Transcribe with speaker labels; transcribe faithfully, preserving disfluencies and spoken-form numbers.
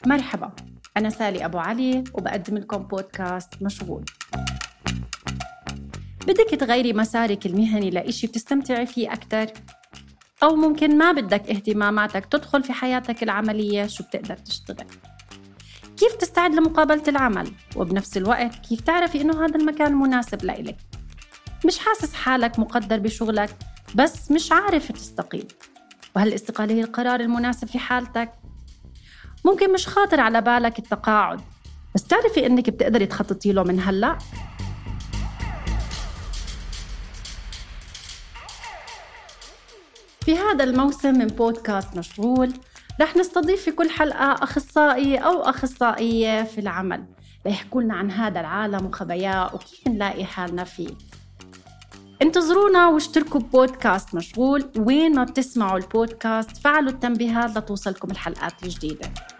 Speaker 1: مرحبا، أنا سالي أبو علي وبقدم لكم بودكاست مشغول. بدك تغيري مسارك المهني لإشي بتستمتعي فيه أكتر؟ أو ممكن ما بدك اهتماماتك تدخل في حياتك العملية، شو بتقدر تشتغل؟ كيف تستعد لمقابلة العمل؟ وبنفس الوقت كيف تعرفي إنه هذا المكان مناسب لإلك؟ مش حاسس حالك مقدر بشغلك بس مش عارف تستقيل، وهل الاستقالة هي القرار المناسب في حالتك؟ ممكن مش خاطر على بالك التقاعد، بس تعرفي إنك بتقدري تخططي له من هلأ؟ في هذا الموسم من بودكاست مشغول رح نستضيف في كل حلقة أخصائي أو أخصائية في العمل ليحكوا لنا عن هذا العالم وخباياه وكيف نلاقي حالنا فيه. انتظرونا واشتركوا ببودكاست مشغول وين ما بتسمعوا البودكاست، فعلوا التنبيهات لتوصلكم الحلقات الجديدة.